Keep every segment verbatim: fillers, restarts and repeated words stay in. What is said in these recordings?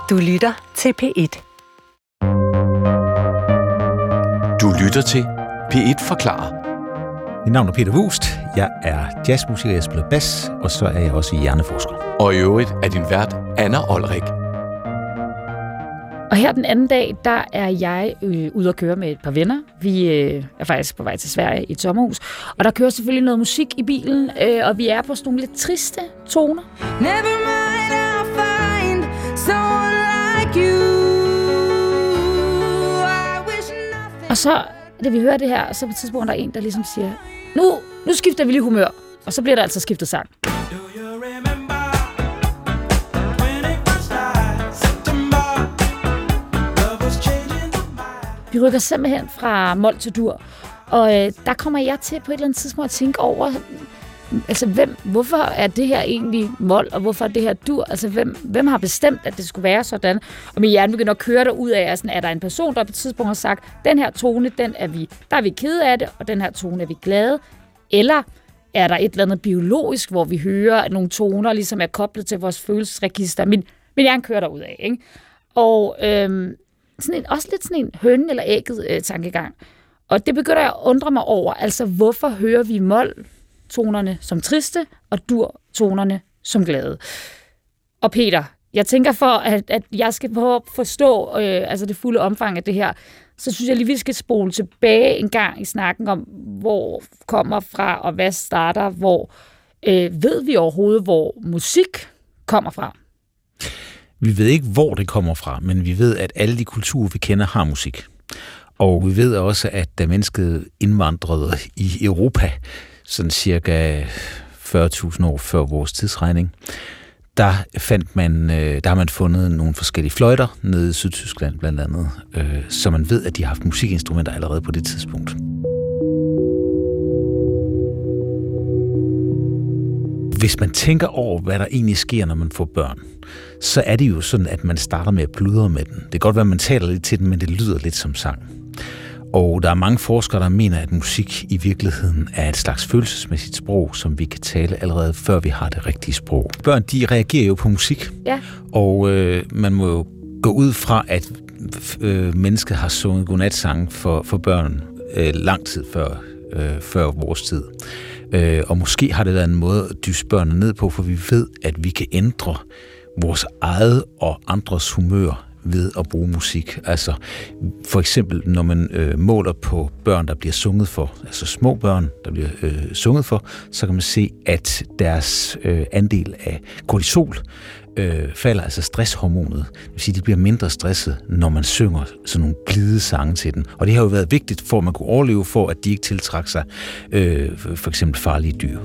Du lytter til P et. Du lytter til P et forklarer. Mit navn er Peter Wust. Jeg er jazzmusiker, jeg spiller bas, og så er jeg også hjerneforsker. Og i øvrigt er din vært Anna Olrik. Og her den anden dag, der er jeg øh, ude at køre med et par venner. Vi øh, er faktisk på vej til Sverige i et sommerhus. Og der kører selvfølgelig noget musik i bilen, øh, og vi er på sådan nogle lidt triste toner. Never mind, I'll find someone like you. I wish nothing. Og så, da vi hører det her, så på et tidspunkt der er en, der ligesom siger, nu, nu skifter vi lige humør. Og så bliver der altså skiftet sang. Vi rykker simpelthen fra mol til dur, og øh, der kommer jeg til på et eller andet tidspunkt at tænke over, altså hvem, hvorfor er det her egentlig mol, og hvorfor er det her dur? Altså hvem, hvem har bestemt, at det skulle være sådan? Og min hjerne begynder at køre derud af, altså, er der en person, der på et tidspunkt har sagt, den her tone, den er vi, der er vi kede af det, og den her tone er vi glade? Eller er der et eller andet biologisk, hvor vi hører, at nogle toner ligesom er koblet til vores følelsesregister? Min, min hjerne kører derud af, ikke? Og øhm, sådan en, også lidt sådan en hønen eller ægget øh, tankegang. Og det begynder jeg at undre mig over. Altså, hvorfor hører vi mol-tonerne som triste, og dur-tonerne som glade? Og Peter, jeg tænker for, at, at jeg skal prøve at forstå øh, altså det fulde omfang af det her, så synes jeg lige, vi skal spole tilbage en gang i snakken om, hvor kommer fra, og hvad starter, hvor øh, ved vi overhovedet, hvor musik kommer fra? Vi ved ikke, hvor det kommer fra, men vi ved, at alle de kulturer, vi kender, har musik. Og vi ved også, at da mennesket indvandrede i Europa, sådan cirka fyrre tusind år før vores tidsregning, der fandt man, der har man fundet nogle forskellige fløjter nede i Sydtyskland blandt andet, så man ved, at de har haft musikinstrumenter allerede på det tidspunkt. Hvis man tænker over, hvad der egentlig sker, når man får børn, så er det jo sådan, at man starter med at pludre med den. Det kan godt være, at man taler lidt til den, men det lyder lidt som sang. Og der er mange forskere, der mener, at musik i virkeligheden er et slags følelsesmæssigt sprog, som vi kan tale allerede før vi har det rigtige sprog. Børn, de reagerer jo på musik, ja. og øh, man må jo gå ud fra, at øh, mennesket har sunget godnatsange for, for børn øh, lang tid før, øh, før vores tid. Øh, og måske har det været en måde at dysse børnene ned på, for vi ved, at vi kan ændre vores eget og andres humør ved at bruge musik. Altså for eksempel, når man øh, måler på børn, der bliver sunget for, altså små børn, der bliver øh, sunget for, så kan man se, at deres øh, andel af kortisol øh, falder, altså stresshormonet. Det vil sige, at de bliver mindre stresset, når man synger sådan nogle blide sange til dem. Og det har jo været vigtigt for, at man kunne overleve, for at de ikke tiltrækker sig øh, for eksempel farlige dyr.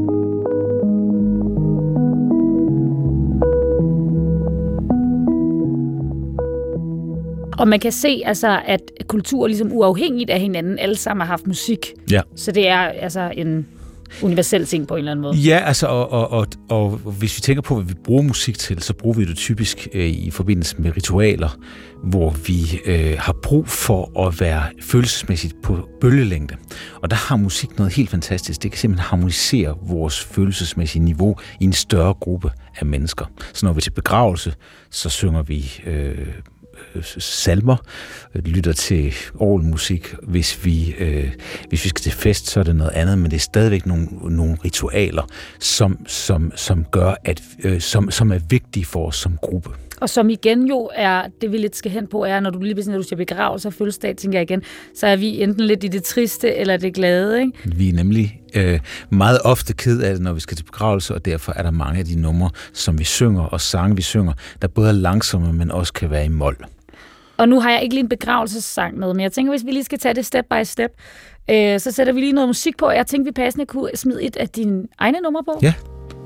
Og man kan se, altså, at kulturer ligesom uafhængigt af hinanden alle sammen har haft musik. Ja. Så det er altså en universel ting på en eller anden måde. Ja, altså, og, og, og, og hvis vi tænker på, hvad vi bruger musik til, så bruger vi det typisk øh, i forbindelse med ritualer, hvor vi øh, har brug for at være følelsesmæssigt på bølgelængde. Og der har musik noget helt fantastisk. Det kan simpelthen harmonisere vores følelsesmæssige niveau i en større gruppe af mennesker. Så når vi er til begravelse, så synger vi Øh, salmer, lytter til orgelmusik. Hvis vi, øh, hvis vi skal til fest, så er det noget andet, men det er stadigvæk nogle, nogle ritualer, som, som, som gør, at øh, som, som er vigtige for os som gruppe. Og som igen jo er, det vi lidt skal hen på, er, når du lige pludselig, når du siger begravelse og fødselsdag, tænker jeg igen, så er vi enten lidt i det triste eller det glade, ikke? Vi er nemlig øh, meget ofte ked af det, når vi skal til begravelse, og derfor er der mange af de numre, som vi synger, og sange vi synger, der både er langsomme, men også kan være i mol. Og nu har jeg ikke lige en begravelsessang med, men jeg tænker, hvis vi lige skal tage det step by step, øh, så sætter vi lige noget musik på, og jeg tænkte, vi passende kunne smide et af dine egne numre på. Ja.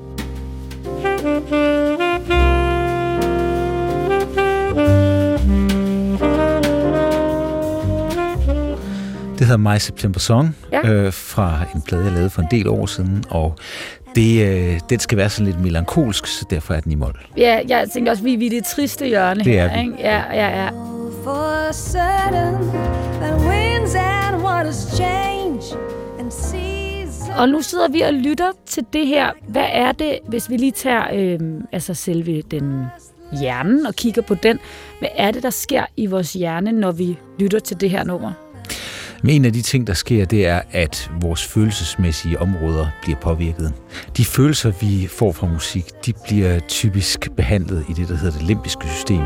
Det hedder My September Song, ja. øh, fra en plade, jeg lavede for en del år siden, og det, øh, det skal være sådan lidt melankolsk, så derfor er den i mol. Ja, jeg tænkte også, vi er i det triste hjørne. Det er her, vi. Ikke? Ja, ja, ja. For certain, that winds and waters change and seas. Og nu sidder vi og lytter til det her. Hvad er det, hvis vi lige tager øh, altså selve den hjernen og kigger på den. Hvad er det, der sker i vores hjerne, når vi lytter til det her nummer? Men en af de ting, der sker, det er, at vores følelsesmæssige områder bliver påvirket. De følelser, vi får fra musik, de bliver typisk behandlet i det, der hedder det limbiske system.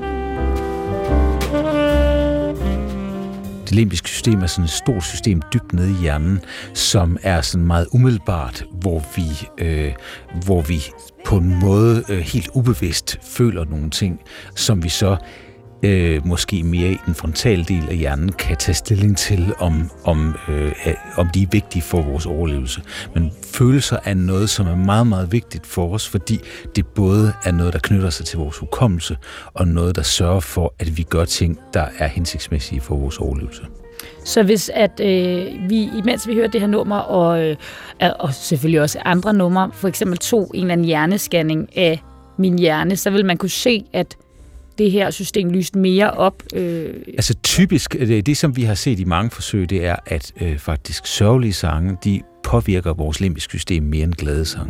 Det limbiske system er sådan et stort system dybt nede i hjernen, som er sådan meget umiddelbart, hvor vi, øh, hvor vi på en måde øh, helt ubevidst føler nogle ting, som vi så øh, måske mere i den frontale del af hjernen kan tage stilling til, om, om, øh, om de er vigtige for vores overlevelse. Men følelser er noget, som er meget, meget vigtigt for os, fordi det både er noget, der knytter sig til vores hukommelse, og noget, der sørger for, at vi gør ting, der er hensigtsmæssige for vores overlevelse. Så hvis at øh, vi, imens vi hører det her nummer, og, øh, og selvfølgelig også andre numre, for eksempel tog en eller anden hjernescanning af min hjerne, så vil man kunne se, at det her system lyst mere op. Øh. Altså typisk, det, det som vi har set i mange forsøg, det er, at øh, faktisk sørgelige sange, de påvirker vores limbiske system mere end glade sange.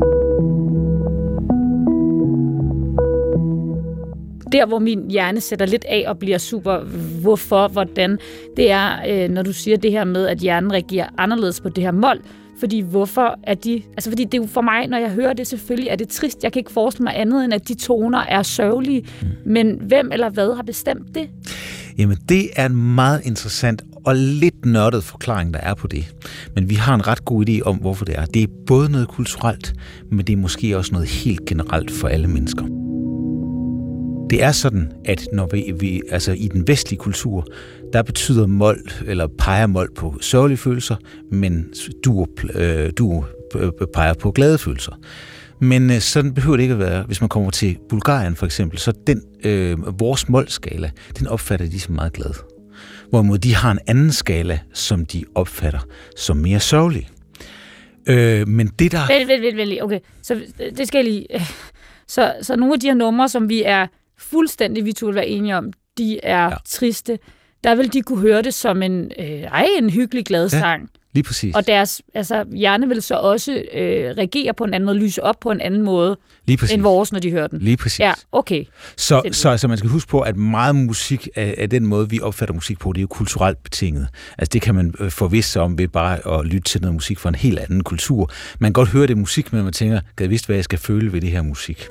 Der, hvor min hjerne sætter lidt af og bliver super, hvorfor, hvordan, det er, øh, når du siger det her med, at hjernen reagerer anderledes på det her mol. Fordi hvorfor er de... Altså fordi det er jo for mig, når jeg hører det, selvfølgelig er det trist. Jeg kan ikke forestille mig andet, end at de toner er sørgelige. Mm. Men hvem eller hvad har bestemt det? Jamen, det er en meget interessant og lidt nørdet forklaring, der er på det. Men vi har en ret god idé om, hvorfor det er. Det er både noget kulturelt, men det er måske også noget helt generelt for alle mennesker. Det er sådan, at når vi, vi altså i den vestlige kultur, der betyder mol, eller peger mol på sørgelige følelser, men dur, øh, dur peger på glade følelser. Men øh, sådan behøver det ikke at være. Hvis man kommer til Bulgarien for eksempel, så den øh, vores mol-skala, den opfatter de som meget glad. Hvorimod de har en anden skala, som de opfatter som mere sørgelig. Øh, men det der... Vælg, vælg, vælg, vælg. Okay, så det skal jeg lige... Så, så nogle af de her numre, som vi er fuldstændig, vi to vil være enige om, de er ja. triste, der vil de kunne høre det som en, øh, ej, en hyggelig glad sang. Ja, lige præcis. Og deres altså, hjerne vil så også øh, reagere på en anden måde, lyse op på en anden måde, end vores, når de hører den. Lige præcis. Ja, okay. Så, så altså, man skal huske på, at meget musik af, af den måde, vi opfatter musik på, det er jo kulturelt betinget. Altså det kan man forvisse sig om ved bare at lytte til noget musik fra en helt anden kultur. Man kan godt høre det musik, men man tænker, kan jeg vidste, hvad jeg skal føle ved det her musik?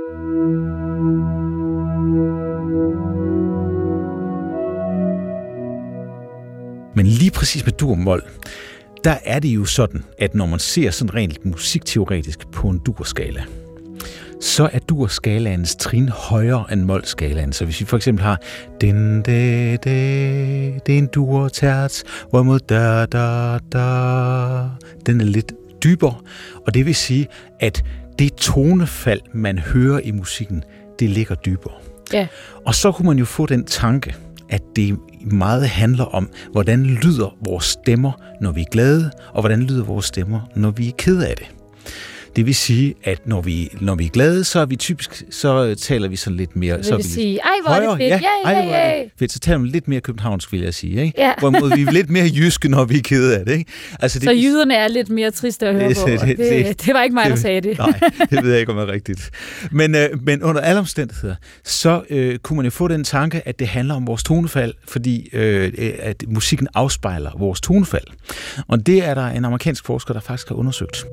Men lige præcis med dur-mol, der er det jo sådan, at når man ser sådan rent musikteoretisk på en dur-skala, så er dur-skalaens trin højere end mol-skalaen. Så hvis vi for eksempel har den, da, da, det er en dur-terts, hvorimod da, da, da, den er lidt dybere. Og det vil sige, at det tonefald, man hører i musikken, det ligger dybere. Ja. Og så kunne man jo få den tanke, at det meget handler om, hvordan lyder vores stemmer, når vi er glade, og hvordan lyder vores stemmer, når vi er kede af det. Det vil sige, at når vi, når vi er glade, så er vi typisk, så taler vi sådan lidt mere... Det så vil vi sige, ej, hvor er det fedt, ja, ja, ja, ja. Fedt, så taler vi lidt mere københavnsk, vil jeg sige, ikke? Ja. Hvorimod vi er lidt mere jyske, når vi er kede af det, ikke? Altså, det, så jyderne er lidt mere triste at høre det, på, det, det, det, det var ikke mig, der sagde det. Nej, det ved jeg ikke, om det er rigtigt. Men, øh, men under alle omstændigheder, så øh, kunne man jo få den tanke, at det handler om vores tonefald, fordi øh, at musikken afspejler vores tonefald. Og det er der en amerikansk forsker, der faktisk har undersøgt.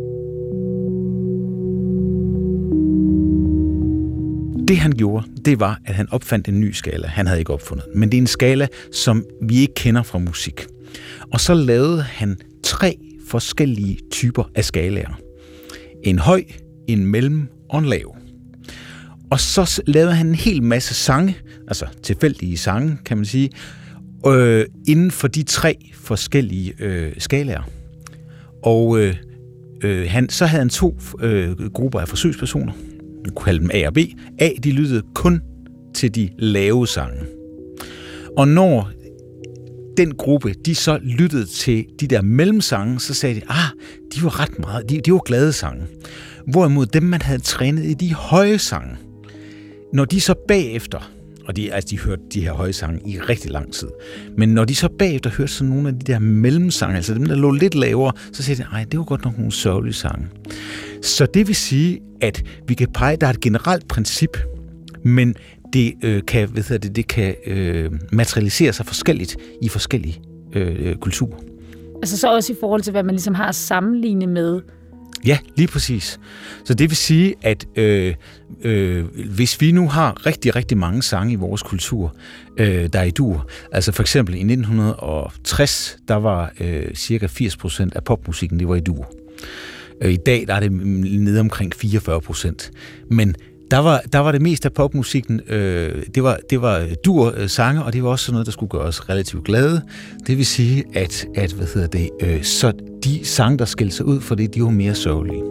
Det han gjorde, det var, at han opfandt en ny skala. Han havde ikke opfundet, men det er en skala, som vi ikke kender fra musik. Og så lavede han tre forskellige typer af skalaer. En høj, en mellem og en lav. Og så lavede han en hel masse sange, altså tilfældige sange, kan man sige, øh, inden for de tre forskellige øh, skalaer. Og øh, øh, han, så havde han to øh, grupper af forsøgspersoner. Vi kunne kalde dem A og B. A, de lyttede kun til de lave sange. Og når den gruppe, de så lyttede til de der mellemsange, så sagde de, ah, de var ret meget, de, de var glade sange. Hvorimod dem, man havde trænet i de høje sange, når de så bagefter, og de, altså de hørte de her høje sange i rigtig lang tid, men når de så bagefter hørte sådan nogle af de der mellemsange, altså dem, der lå lidt lavere, så sagde de, ej, det var godt nok nogle sørgelige sange. Så det vil sige, at vi kan pege, der er et generelt princip, men det øh, kan, ved jeg, det, det kan øh, materialisere sig forskelligt i forskellige øh, kulturer. Altså så også i forhold til, hvad man ligesom har at sammenligne med. Ja, lige præcis. Så det vil sige, at øh, øh, hvis vi nu har rigtig, rigtig mange sange i vores kultur, øh, der er i dur, altså for eksempel i nitten tres, der var øh, cirka firs procent af popmusikken, det var i dur. Øh, I dag der er det nede omkring fireogfyrre procent. Men der var, der var det meste af popmusikken, øh, det var, det var dur-sange, og det var også sådan noget, der skulle gøre os relativt glade. Det vil sige, at, at hvad hedder det, øh, så de sange, der skilte sig ud for det, de var mere sørgelige.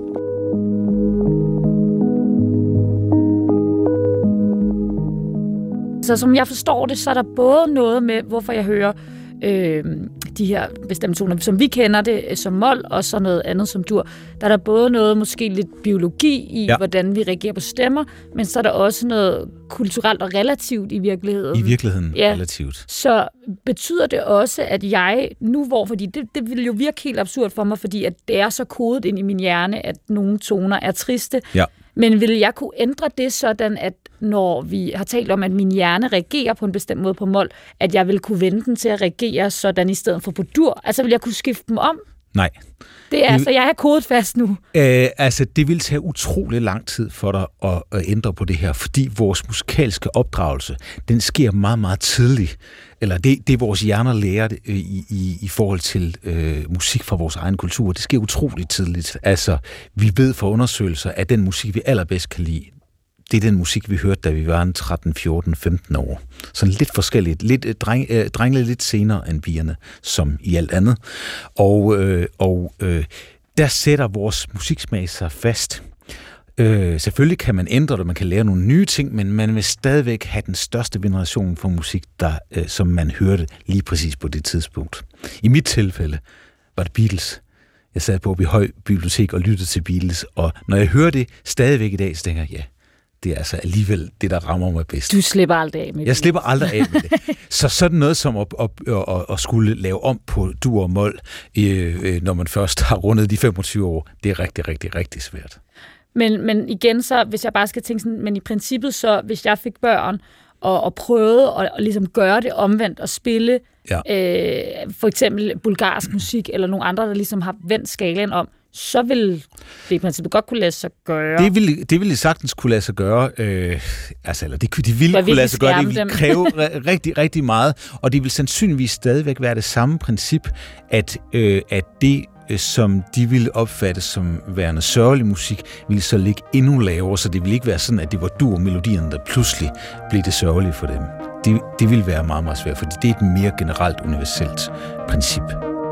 Så som jeg forstår det, så er der både noget med, hvorfor jeg hører øh, de her bestemte toner, som vi kender det som mol, og så noget andet som dur. Der er der både noget, måske lidt biologi i, ja. hvordan vi reagerer på stemmer, men så er der også noget kulturelt og relativt i virkeligheden. I virkeligheden ja. relativt. Så betyder det også, at jeg nu, hvor, fordi det, det vil jo virke helt absurd for mig, fordi at det er så kodet ind i min hjerne, at nogle toner er triste, ja. men vil jeg kunne ændre det sådan, at når vi har talt om, at min hjerne reagerer på en bestemt måde på mol, at jeg vil kunne vende den til at reagere sådan i stedet for på dur? Altså vil jeg kunne skifte dem om? Nej. Det er det, altså, jeg er kodet fast nu. Øh, altså, det vil tage utrolig lang tid for dig at, at ændre på det her, fordi vores musikalske opdragelse, den sker meget, meget tidligt. Eller det, det vores hjerner lærer i, i, i forhold til øh, musik fra vores egen kultur, det sker utroligt tidligt. Altså, vi ved fra undersøgelser, at den musik, vi allerbedst kan lide, det er den musik, vi hørte, da vi var en tretten, fjorten, femten år. Så lidt forskelligt. Lidt, dreng, øh, drengene lidt senere end pigerne, som i alt andet. Og, øh, og øh, der sætter vores musiksmag sig fast. Øh, selvfølgelig kan man ændre det, man kan lære nogle nye ting, men man vil stadigvæk have den største veneration for musik, der, øh, som man hørte lige præcis på det tidspunkt. I mit tilfælde var det Beatles. Jeg sad på i Høj Bibliotek og lyttede til Beatles, og når jeg hører det stadigvæk i dag, så tænker jeg, ja, det er altså alligevel det, der rammer mig bedst. Du slipper aldrig af med det. Jeg slipper aldrig af med det. Så sådan noget som at, at, at, at skulle lave om på dur og mol, øh, når man først har rundet de femogtyve år, det er rigtig, rigtig, rigtig svært. Men, men igen så, hvis jeg bare skal tænke sådan, men i princippet så, hvis jeg fik børn, og, og prøvede at og ligesom gøre det omvendt og spille ja. øh, for eksempel bulgarsk musik, eller nogle andre, der ligesom har vendt skalaen om, så vil det i princippet godt kunne lade sig gøre. Det ville, det ville sagtens kunne lade sig gøre. Øh, altså, eller det, de ville kunne lade sig gøre. Det ville kræve rigtig, rigtig meget. Og det vil sandsynligvis stadigvæk være det samme princip, at, øh, at det, som de ville opfatte som værende sørgelig musik, ville så ligge endnu lavere, så det ville ikke være sådan, at det var dur-melodierne, der pludselig blev det sørgelige for dem. Det, det ville være meget, meget svært, fordi det er et mere generelt universelt princip.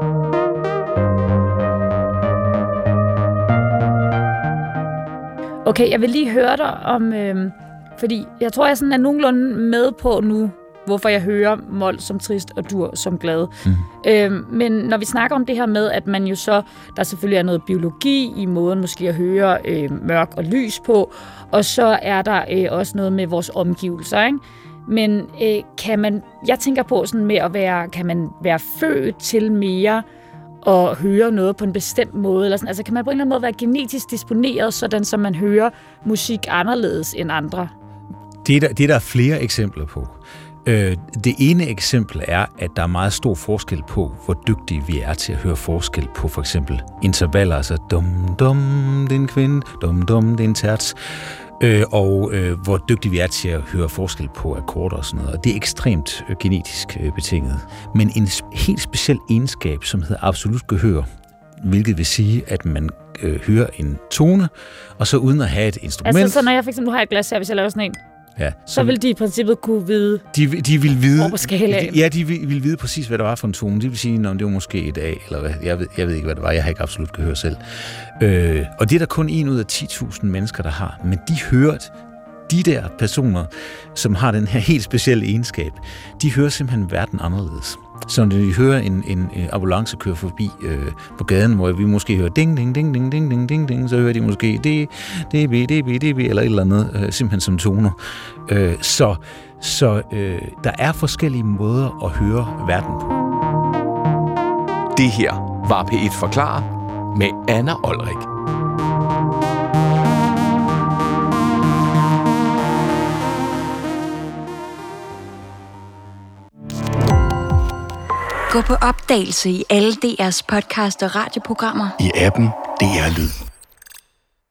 Okay, jeg vil lige høre dig om, øh, fordi jeg tror, jeg sådan er nogenlunde med på nu, hvorfor jeg hører mol som trist og dur som glad. Mm. Øh, men når vi snakker om det her med, at man jo så, der selvfølgelig er noget biologi i måden måske at høre øh, mørk og lys på, og så er der øh, også noget med vores omgivelser, ikke? Men øh, kan man, jeg tænker på sådan med at være, kan man være født til mere og høre noget på en bestemt måde, eller sådan. Altså kan man på en eller anden måde være genetisk disponeret, sådan som man hører musik anderledes end andre? Det er der, det er der flere eksempler på. Øh, det ene eksempel er, at der er meget stor forskel på, hvor dygtige vi er til at høre forskel på for eksempel intervaller, altså dum dum, det er en kvinde, dum dum, det er en terts, øh, og øh, hvor dygtige vi er til at høre forskel på akkorder og sådan noget. Og det er ekstremt øh, genetisk øh, betinget. Men en helt speciel egenskab, som hedder absolut gehør, hvilket vil sige, at man øh, hører en tone, og så uden at have et instrument. Altså så når jeg for eksempel, nu har jeg et glas her, hvis jeg laver sådan en, ja, så, så vil de i princippet kunne vide, de, de vil vide over på skalaen. Ja, de vil, vil vide præcis, hvad det var for en tone. De vil sige, om det var måske et A, eller hvad. Jeg ved, jeg ved ikke, hvad det var. Jeg har ikke absolut gehør selv. Øh, og det er der kun en ud af ti tusind mennesker, der har. Men de hører, de der personer, som har den her helt specielle egenskab, de hører simpelthen verden anderledes. Så når de hører en, en, en ambulance køre forbi øh, på gaden, hvor vi måske hører ding, ding, ding, ding, ding, ding, ding, ding, så hører de måske det, det, det, det, det, eller et eller andet, øh, simpelthen som toner. Øh, så så øh, der er forskellige måder at høre verden på. Det her var P et Forklarer med Anna Olrik. Gå på opdagelse i alle D R's podcast og radioprogrammer. I appen D R Lyd.